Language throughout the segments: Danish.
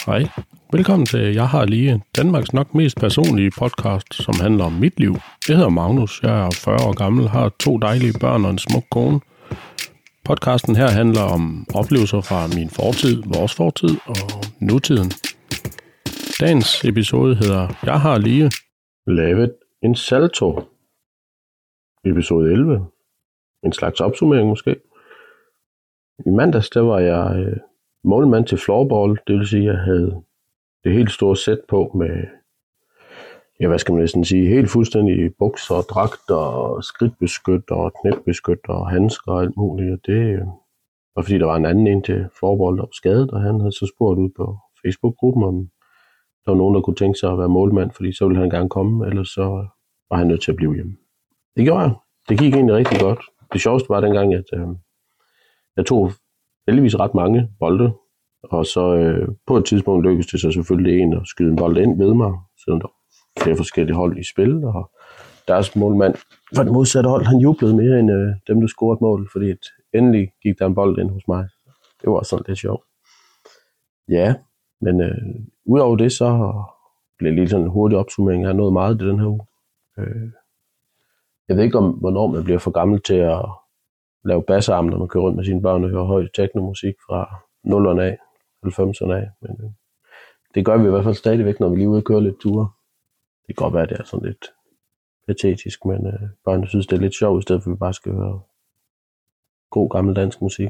Hej. Velkommen til Jeg har lige Danmarks nok mest personlige podcast, som handler om mit liv. Jeg hedder Magnus, jeg er 40 år gammel, har 2 dejlige børn og en smuk kone. Podcasten her handler om oplevelser fra min fortid, vores fortid og nutiden. Dagens episode hedder Jeg har lige lavet en salto. Episode 11. En slags opsummering måske. I mandags der var jeg målmand til floorball, det vil sige, at jeg havde det helt store sæt på med, hvad skal man næsten sige, helt fuldstændig bukser, dragter, skridtbeskytter og knæbeskytter og handsker og alt muligt. Og det var fordi, der var en anden til floorball, der var skadet, og han havde så spurgt ud på Facebook-gruppen, om der var nogen, der kunne tænke sig at være målmand, fordi så ville han gerne komme, ellers så var han nødt til at blive hjemme. Det gjorde jeg. Det gik egentlig rigtig godt. Det sjoveste var dengang, at jeg tog heldigvis ret mange bolde, og så på et tidspunkt lykkedes det så selvfølgelig en at skyde en bold ind ved mig, selvom der var flere forskellige hold i spil, og deres målmand fra det modsatte hold, han jublede mere end dem, der scorede mål, fordi endelig gik der en bold ind hos mig. Det var sådan lidt sjovt. Ja, men udover det, så blev det lige sådan en hurtig opsummering. Jeg har nået meget i den her uge. Jeg ved ikke, hvornår man bliver for gammel til at lave bassarm, når man kører rundt med sine børn og hører høj technomusik fra 0'erne af, 90'erne af. Men det gør vi i hvert fald stadigvæk, når vi lige er ude og køre lidt ture. Det kan godt være, at det er sådan lidt patetisk, men børnene synes, det er lidt sjovt, i stedet for at vi bare skal høre god gammel dansk musik.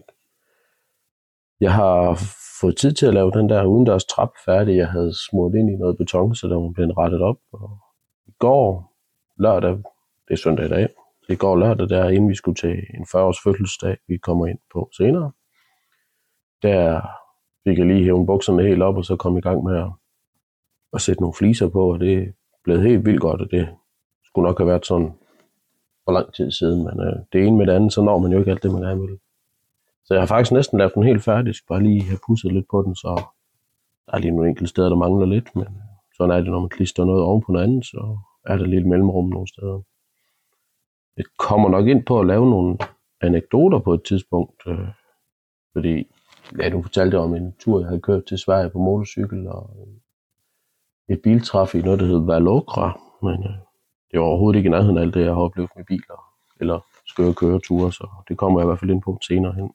Jeg har fået tid til at lave den der udendørs trap færdig. Jeg havde smurt ind i noget beton, så der var blevet rettet op. Og i går lørdag, det er søndag i dag, så i går lørdag, der inden vi skulle til en 40-års fødselsdag, vi kommer ind på senere, der fik jeg lige hævet bukserne helt op, og så kom i gang med at sætte nogle fliser på, og det blev helt vildt godt, og det skulle nok have været sådan for lang tid siden, men det ene med det andet, så når man jo ikke alt det, man gerne vil. Så jeg har faktisk næsten lavet den helt færdig, bare lige have pudset lidt på den, så der er lige nogle enkelte steder, der mangler lidt, men sådan er det, når man klister noget oven på noget andet, så er der lidt mellemrum nogle steder. Jeg kommer nok ind på at lave nogle anekdoter på et tidspunkt, fordi du fortalte om en tur, jeg havde kørt til Sverige på motorcykel, og et biltræf i noget, der hed Valokra, men det var overhovedet ikke i nærheden af alt det, jeg har oplevet med biler, eller skøre køreture, så det kommer jeg i hvert fald ind på senere hen.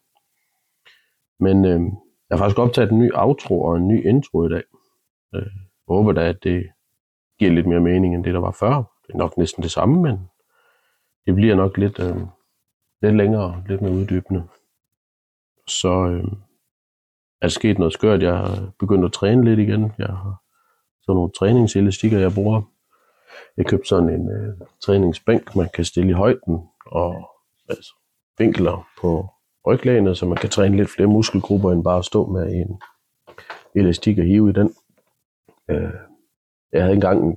Men jeg har faktisk optaget en ny outro og en ny intro i dag. Jeg håber da, at det giver lidt mere mening end det, der var før. Det er nok næsten det samme, men det bliver nok lidt længere, lidt mere uddybende. Så er der sket noget skørt. Jeg har begyndt at træne lidt igen. Jeg har sådan nogle træningselastikker, jeg bruger. Jeg købte sådan en træningsbænk, man kan stille i højden, og altså, vinkler på ryglænet, så man kan træne lidt flere muskelgrupper, end bare at stå med en elastik og hive i den. Jeg havde engang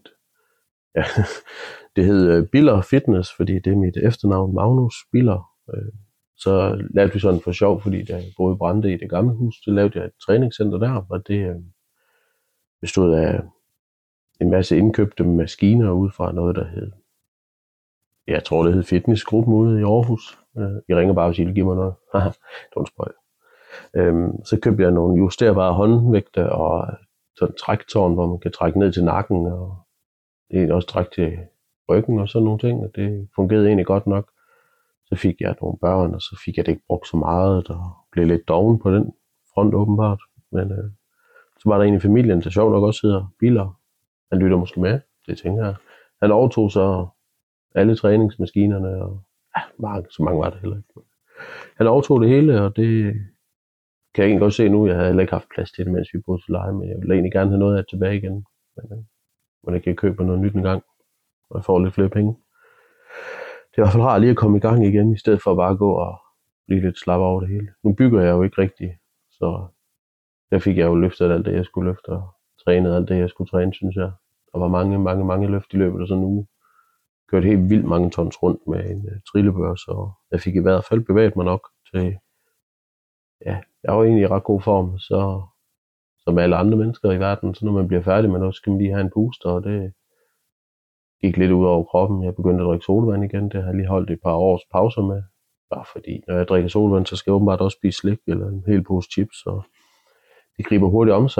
det hed Biller Fitness, fordi det er mit efternavn, Magnus Biller. Så lavede vi sådan for sjov, fordi der boede i Brande i det gamle hus, så lavede jeg et træningscenter der, og det bestod af en masse indkøbte maskiner ud fra noget, der hed, jeg tror det hed Fitnessgruppen ude i Aarhus. I ringer bare, hvis I vil give mig noget. Don't spoil. Så købte jeg nogle justerbare håndvægte og sådan en træktårn, hvor man kan trække ned til nakken, og det er også trække til ryggen og sådan nogle ting, og det fungerede egentlig godt nok. Så fik jeg nogle børn, og så fik jeg det ikke brugt så meget, og blev lidt doven på den front åbenbart. Men så var der en i familien, der sjovt nok også hedder Biller. Han lytter måske med, det tænker jeg. Han overtog så alle træningsmaskinerne, og så mange var det heller ikke. Han overtog det hele, og det kan jeg egentlig godt se nu. Jeg havde heller ikke haft plads til det, mens vi boede til leje, men jeg ville egentlig gerne have noget af det tilbage igen. Men jeg kan købe noget nyt en gang, og jeg får lidt flere penge. Det er i hvert fald rart lige at komme i gang igen, i stedet for bare at gå og blive lidt slap over det hele. Nu bygger jeg jo ikke rigtigt, så der fik jeg jo løftet alt det, jeg skulle løfte, og trænet alt det, jeg skulle træne, synes jeg. Der var mange løft i løbet af sådan en uge. Kørte helt vildt mange tons rundt med en trillebørs, og jeg fik i hvert fald bevæget mig nok til, ja, jeg var egentlig i ret god form, så som alle andre mennesker i verden, så når man bliver færdig med noget, så skal man lige have en booster, og det gik lidt ud over kroppen. Jeg begyndte at drikke solvand igen, det har jeg lige holdt et par års pauser med, bare fordi når jeg drikker solvand, så skal jeg åbenbart også spise slik eller en hel pose chips, og det griber hurtigt om sig,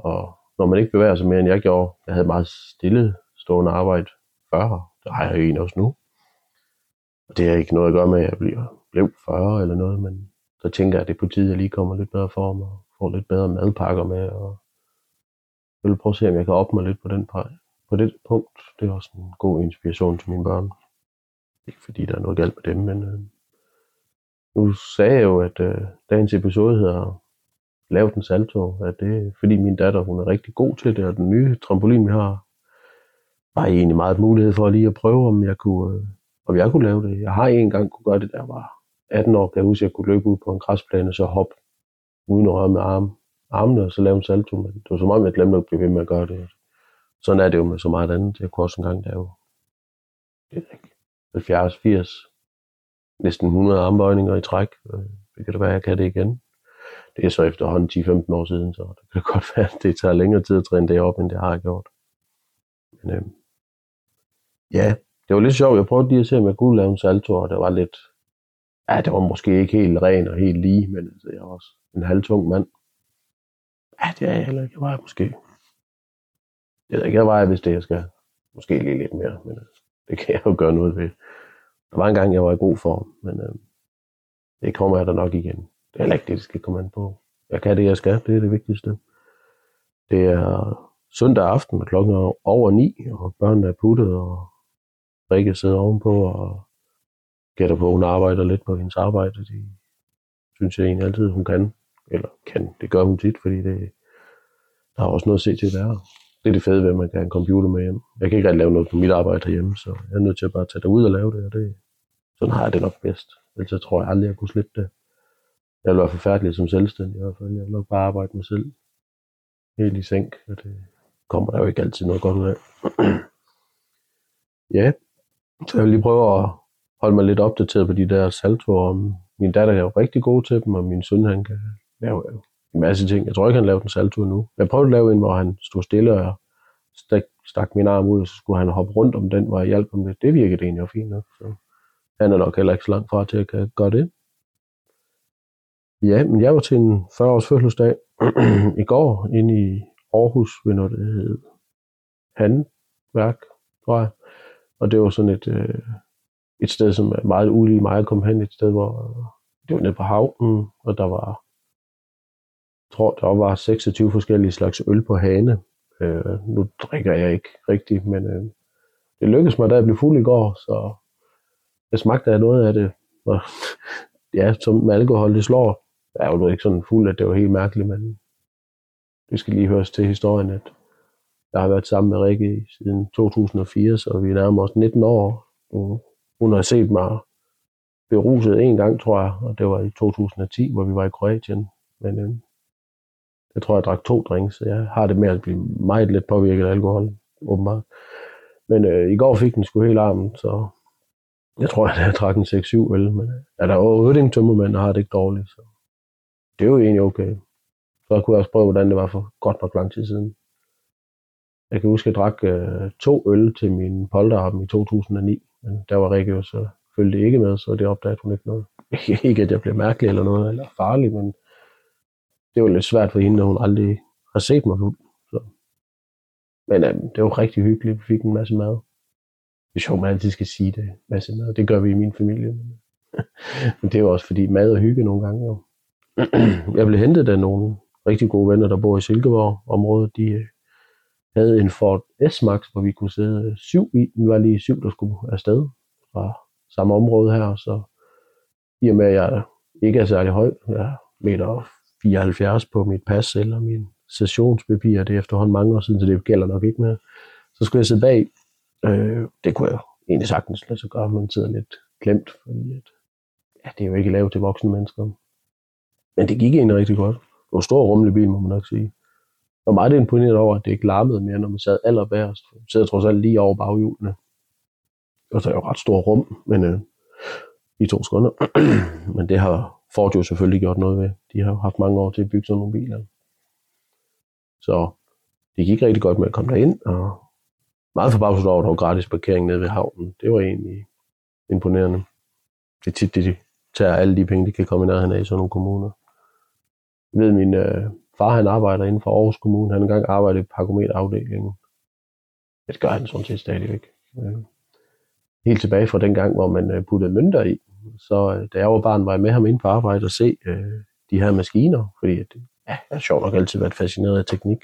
og når man ikke bevæger sig mere, end jeg gjorde, jeg havde meget stillestående arbejde før, det har jeg jo egentlig også nu. Og det har ikke noget at gøre med, at jeg blev 40 eller noget, men så tænker jeg, at det er på tide, at jeg lige kommer lidt bedre form og får lidt bedre madpakker med, og jeg vil prøve at se, om jeg kan op mig lidt på det punkt. Det er også en god inspiration til mine børn. Ikke fordi der er noget galt med dem, men nu sagde jeg jo, at dagens episode hedder Lav den salto, at det er fordi min datter, hun er rigtig god til det, og den nye trampolin, vi har, var egentlig meget mulighed for lige at prøve, om jeg kunne lave det. Jeg har en gang kunne gøre det, da jeg var 18 år, kan jeg huske, at jeg kunne løbe ud på en græsplæne, og så hoppe uden at røre med armene, og så lave en salto, men det var som om, jeg glemte at blive ved med at gøre det. Sådan er det jo med så meget andet. Jeg kunne også engang lave 70, 80, næsten 100 armbøjninger i træk. Det kan da være, at jeg kan det igen. Det er så efterhånden 10-15 år siden, så det kan godt være, at det tager længere tid at træne det op, end det har jeg gjort. Men ja, det var lidt sjovt. Jeg prøvede lige at se, om jeg kunne lave en salto, og det var lidt... Ja, det var måske ikke helt ren og helt lige, men altså, jeg var også en halvtung mand. Ja, det er jeg heller ikke. Jeg var måske... Jeg ved ikke, jeg var, hvis det jeg skal. Måske lige lidt mere, men det kan jeg jo gøre noget ved. Der var en gang, jeg var i god form, men det kommer jeg da nok igen. Det er heller ikke det skal komme an på. Jeg kan det, jeg skal. Det er det vigtigste. Det er søndag aften, og klokken er over 9, og børnene er puttet, og Rikke sidder ovenpå, og gætter på, at hun arbejder lidt på hendes arbejde. Det synes jeg egentlig altid, hun kan. Eller kan. Det gør hun tit, fordi der er også noget at se til der. Det er det fede ved, at man kan have en computer med hjem. Jeg kan ikke rigtig lave noget på mit arbejde herhjemme, så jeg er nødt til at bare tage det ud og lave det, og sådan har jeg det nok bedst. Ellers tror jeg aldrig, jeg kunne slippe det. Jeg vil være forfærdelig som selvstændig i hvert fald. Jeg vil nok bare arbejde mig selv helt i sænk, og det kommer der jo ikke altid noget godt ud af. Ja, så jeg vil lige prøve at holde mig lidt opdateret på de der saltoer. Min datter er jo rigtig god til dem, og min søn han kan lave en masse ting. Jeg tror ikke, han lavede en salto endnu. Jeg prøvede at lave en, hvor han stod stille, og jeg stak min arm ud, og så skulle han hoppe rundt om den, hvor jeg hjalp ham lidt. Det virkede egentlig jo fint nok. Så han er nok heller ikke så langt fra til at kan gøre det. Ja, men jeg var til en 40-års fødselsdag i går inde i Aarhus ved noget, der hed Handværk, tror jeg. Og det var sådan et sted, som er meget ulige mig at komme hen. Et sted, hvor det var nede på havnen, og der var 26 forskellige slags øl på Hane. Nu drikker jeg ikke rigtigt, men det lykkedes mig, da jeg blev fuld i går, så jeg smagte af noget af det. Og, ja, som med alkohol, det slår. Jeg er jo ikke sådan fuld, at det var helt mærkeligt, men det skal lige høres til historien, at jeg har været sammen med Rikke siden 2004, så vi er nærmest 19 år. Hun har set mig beruset en gang, tror jeg, og det var i 2010, hvor vi var i Kroatien. Men jeg tror, jeg drak 2 drinks, så jeg har det med at blive meget let påvirket af alkohol, åbenbart. Men i går fik den sgu helt armen, så jeg tror, at jeg drak en 6-7 øl. Men der er overhovedet ingen tømmermænd, der har det ikke dårligt, så det er jo egentlig okay. Så kunne jeg også prøve, hvordan det var for godt nok lang tid siden. Jeg kan huske, at jeg drak 2 øl til min polterappen i 2009, men der var Rikke jo selvfølgelig ikke med, så det opdagede hun ikke noget. Ikke at jeg blev mærkelig eller noget, eller farlig, men det var lidt svært for hende, når hun aldrig har set mig fuld. Men det var rigtig hyggeligt, vi fik en masse mad. Det er sjovt, man altid skal sige det, masse mad. Det gør vi i min familie. Men det er jo også fordi mad og hygge nogle gange. Jo. Jeg blev hentet af nogle rigtig gode venner, der bor i Silkeborg-området. De havde en Ford S-Max, hvor vi kunne sidde 7 i. Vi var lige 7, der skulle afsted fra samme område her. Så i og med, at jeg ikke er særlig høj, jeg er 1,74 på mit pas eller min sessionspapir, det er efterhånden mange år siden, så det gælder nok ikke mere. Så skulle jeg sidde bag. Det kunne jeg egentlig sagtens lade sig gøre, men sidder lidt klemt, fordi det er jo ikke lavet til voksne mennesker. Men det gik egentlig rigtig godt. Det var en stor rummelig bil, må man nok sige. Jeg var meget imponeret over, at det ikke larmede mere, når man sad allerbærest. Man sidder trods alt lige over baghjulene. Og så er jo ret stor rum, men i 2 sekunder. Men det har Ford jo selvfølgelig gjort noget ved. De har jo haft mange år til at bygge sådan nogle biler. Så det gik rigtig godt med at komme derind, og meget forbavset over, at der var gratis parkering nede ved havnen. Det var egentlig imponerende. Det er tit, de tager alle de penge, de kan komme i nærheden af i sådan nogle kommuner. Jeg ved, min far han arbejder inden for Aarhus Kommune. Han engang arbejdede i parkometerafdelingen. Det gør han sådan set stadigvæk. Helt tilbage fra den gang, hvor man puttede mønter i. Så da jeg var barn, var jeg med ham inde på arbejde og se de her maskiner. Fordi jeg har sjovt nok altid været fascineret af teknik.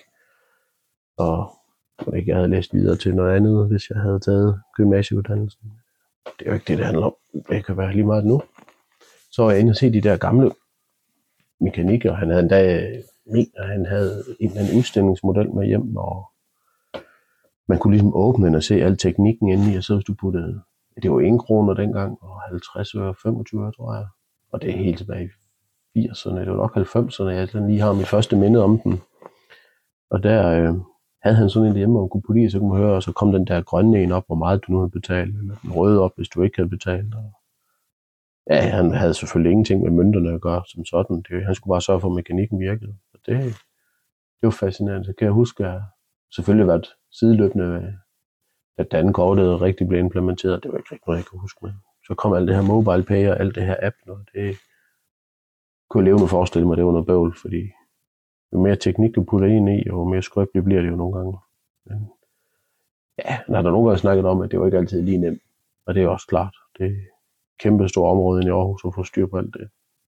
Og jeg havde læst videre til noget andet, hvis jeg havde taget gymnasieuddannelsen. Det er jo ikke det handler om. Det kan være lige meget nu. Så var jeg inde og se de der gamle mekanikker. Han havde han havde en eller anden udstillingsmodel med hjem, og man kunne ligesom åbne den og se al teknikken inde i, og så hvis du puttede, det var 1 kroner dengang, og 50 øre, 25 øre, tror jeg. Og det er helt tilbage i 80'erne, det var nok 90'erne, jeg lige har mit første minde om den. Og der havde han sådan en hjemme, og man kunne putte i, så kunne man høre, og så kom den der grønne en op, hvor meget du nu havde betalt, eller den røde op, hvis du ikke havde betalt. Og ja, han havde selvfølgelig ingenting med mønterne at gøre som sådan. Han skulle bare sørge for, at mekanikken virkede. Og det var fascinerende. Så kan jeg huske, at jeg selvfølgelig været sideløbende, at dankortet rigtig blev implementeret. Det var ikke rigtig noget, jeg kan huske. Men så kom alt det her mobile pay og alt det her app, og det kunne jeg leve med forestille mig, det var noget bøvl, fordi jo mere teknik du putter ind i, jo mere skrøbeligt bliver det jo nogle gange. Men ja, der har der nogle gange snakket om, at det var ikke altid lige nemt. Og det er også klart. Det er kæmpe store område i Aarhus at få styr på alt det.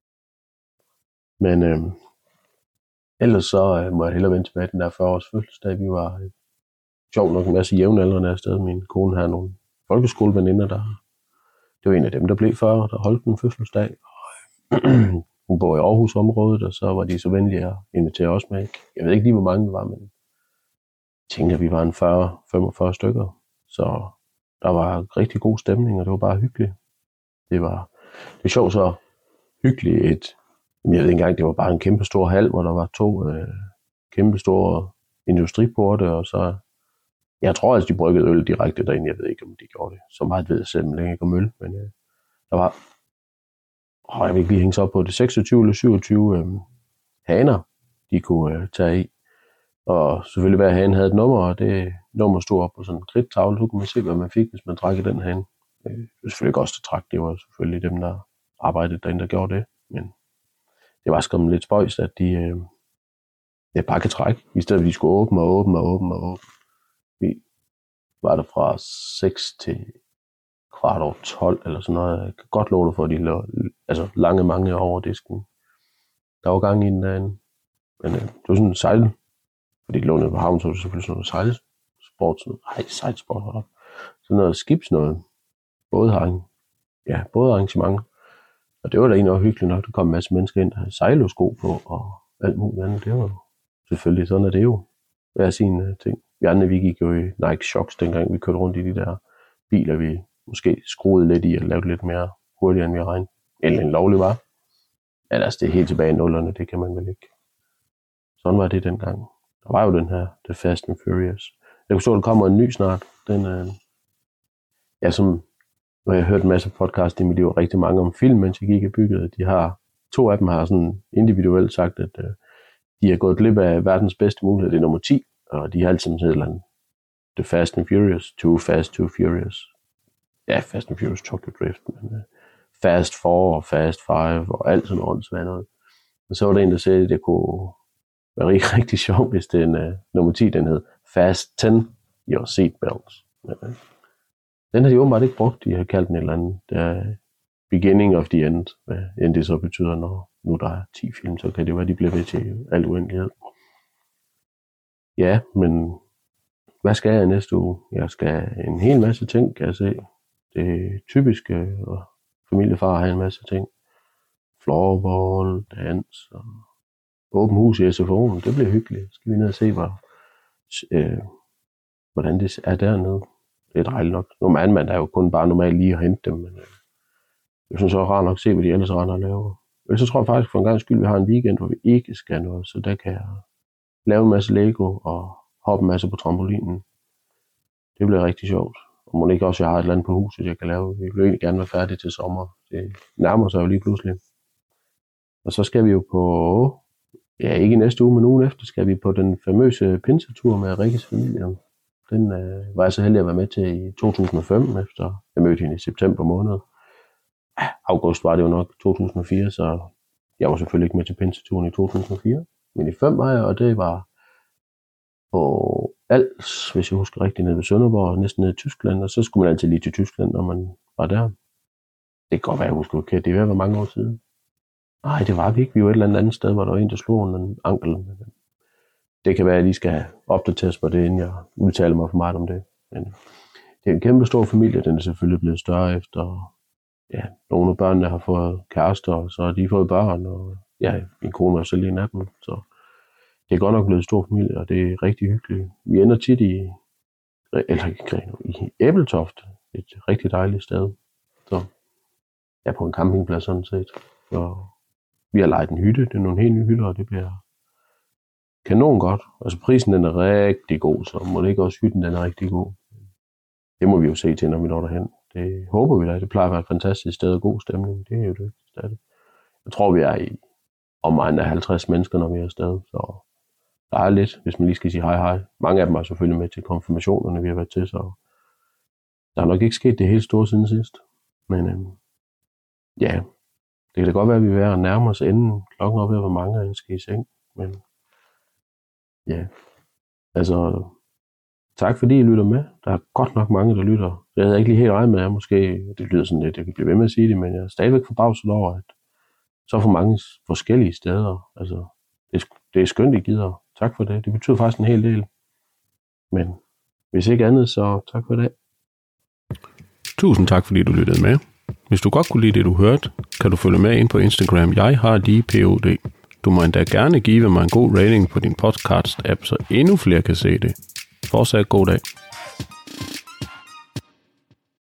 Men ellers så må jeg hellere vende tilbage den der 40-års fødselsdag. Vi var sjovt nok en masse jævnaldrende afsted. Min kone havde nogle folkeskoleveninder, det var en af dem, der blev 40, der holdt en fødselsdag. Hun bor i Aarhus-området, og så var de så venlige at invitere os med. Jeg ved ikke lige, hvor mange vi var, men jeg tænkte, at vi var en 40-45 stykker. Så der var rigtig god stemning, og det var bare hyggeligt. Det var sjovt så hyggeligt. Jeg ved ikke engang, det var bare en kæmpe stor hal, hvor der var 2 kæmpe store industriporte, og så jeg tror altså, de bryggede øl direkte derinde. Jeg ved ikke, om de gjorde det. Så meget ved jeg simpelthen ikke om øl, men der var jeg vil ikke lige hænge sig op på det, 26 eller 27 haner, de kunne tage i. Og selvfølgelig hver hane havde et nummer, og det nummer stod op på sådan en kridttavle, så kunne man se, hvad man fik, hvis man drak i den hane. Det var selvfølgelig ikke også, der trak, det var selvfølgelig dem, der arbejdede derinde, der gjorde det. Men det var sgu lidt spøjst, at de bare kan trække, i stedet for at de skulle åbne. Vi var der fra 6 til 11:15 eller sådan noget. Jeg kan godt love dig for, at de lå mange over disken. Der var gang i den derinde. Men det var sådan en sejl. Fordi det lå nede på havnen, så var det selvfølgelig sådan noget sejlsport. Sådan noget skibsnøde. Bådearrangement. Og det var da egentlig også hyggeligt nok, der kom en masse mennesker ind, der havde sejlesko på og alt muligt andet. Det var jo selvfølgelig, sådan er det jo. Hver sin ting. Vi andre, vi gik jo i Nike Shocks, dengang vi kørte rundt i de der biler, vi måske skruede lidt i og lavede lidt mere hurtigere, end vi regnede. Eller en lovlig var. Ja, altså det er helt tilbage i 0'erne, det kan man vel ikke. Sådan var det dengang. Der var jo den her, The Fast and Furious. Jeg forstår, der kommer en ny snart. Den, som når jeg har hørt en masse podcast i mit liv, rigtig mange om film, mens jeg gik i bygget. De har 2 af dem har sådan individuelt sagt, at de har gået glip af verdens bedste mulighed. Det er nummer 10, og de har altid hedder The Fast and Furious, Too Fast, Too Furious. Ja, Fast and Furious Tokyo Drift, men Fast 4 og Fast 5 og alt sådan noget. Og så var der en, der sagde, at det kunne være rigtig sjovt, hvis den nummer 10, den hed Fast 10 Your Seatbelts. Den har de åbenbart ikke brugt. De har kaldt den et eller andet beginning of the end. Hvad end det så betyder, når nu der er 10 film, så kan det være, de bliver ved til al uendelighed. Ja, men hvad skal jeg næste uge? Jeg skal en hel masse ting, kan jeg se. Det typiske, og familiefar har en masse ting. Floorball, dans og åben hus i SFO'en. Det bliver hyggeligt. Skal vi ned og se, hvordan det er dernede. Det er dejligt nok. Normalt er jo kun bare normalt lige at hente dem, men jeg synes også rart nok at se, hvad de ellers render og laver. Ellers så tror jeg faktisk for en gang skyld, vi har en weekend, hvor vi ikke skal noget, så der kan jeg lave en masse Lego og hoppe en masse på trampolinen. Det bliver rigtig sjovt. Og må ikke også, jeg har et eller andet på huset, jeg kan lave. Vi vil egentlig gerne være færdige til sommer. Det nærmer sig jo lige pludselig. Og så skal vi jo på, ikke i næste uge, men ugen efter, skal vi på den famøse pinsetur med Rikkes familie. Den var jeg så heldig at være med til i 2005, efter jeg mødte hende i september måned. August var det jo nok 2004, så jeg var selvfølgelig ikke med til pinseturen i 2004. Men i 5 var jeg, og det var på Als, hvis jeg husker rigtigt, nede ved Sønderborg, næsten nede i Tyskland, og så skulle man altid lige til Tyskland, når man var der. Det kan godt være, jeg husker okay. Det var mange år siden. Nej, det var vi ikke. Vi var et eller andet sted, hvor der var en, der slog en ankel. Det kan være, at jeg lige skal opdateres på det, inden jeg udtaler mig for meget om det. Men det er en kæmpe stor familie. Den er selvfølgelig blevet større efter, nogle af børnene har fået kærester, og så har de fået børn, og min kone var selv en af dem. Så det er godt nok blevet en stor familie, og det er rigtig hyggeligt. Vi ender tit i Ebeltoft, et rigtig dejligt sted. Så på en campingplads sådan set. Og vi har lejet en hytte. Det er nogle helt nye hytter, og det bliver kanon godt. Altså prisen den er rigtig god, så må det ikke også hytten den er rigtig god. Det må vi jo se til, når vi når derhen. Det håber vi da. Det plejer at være et fantastisk sted og god stemning. Det er jo det stadig. Jeg tror, vi er i omegn af 50 mennesker, når vi er afsted. Så der er lidt, hvis man lige skal sige hej hej. Mange af dem er selvfølgelig med til konfirmationerne, vi har været til, så der er nok ikke sket det helt store siden sidst. Men det kan da godt være, at vi vil være nærmere os inden klokken op ved, hvor mange af jer skal i seng. Men altså, tak fordi I lytter med. Der er godt nok mange, der lytter. Jeg havde ikke lige helt regnet med, at måske, det lyder sådan lidt, jeg kan blive ved med at sige det, men jeg er stadigvæk forbavset over, at så for mange forskellige steder. Altså, det er skønt, I gider. Tak for det. Det betyder faktisk en hel del. Men hvis ikke andet, så tak for det. Tusind tak, fordi du lyttede med. Hvis du godt kunne lide det, du hørte, kan du følge med ind på Instagram. Jeg har lige POD. Du må endda gerne give mig en god rating på din podcast-app, så endnu flere kan se det. Fortsat god dag.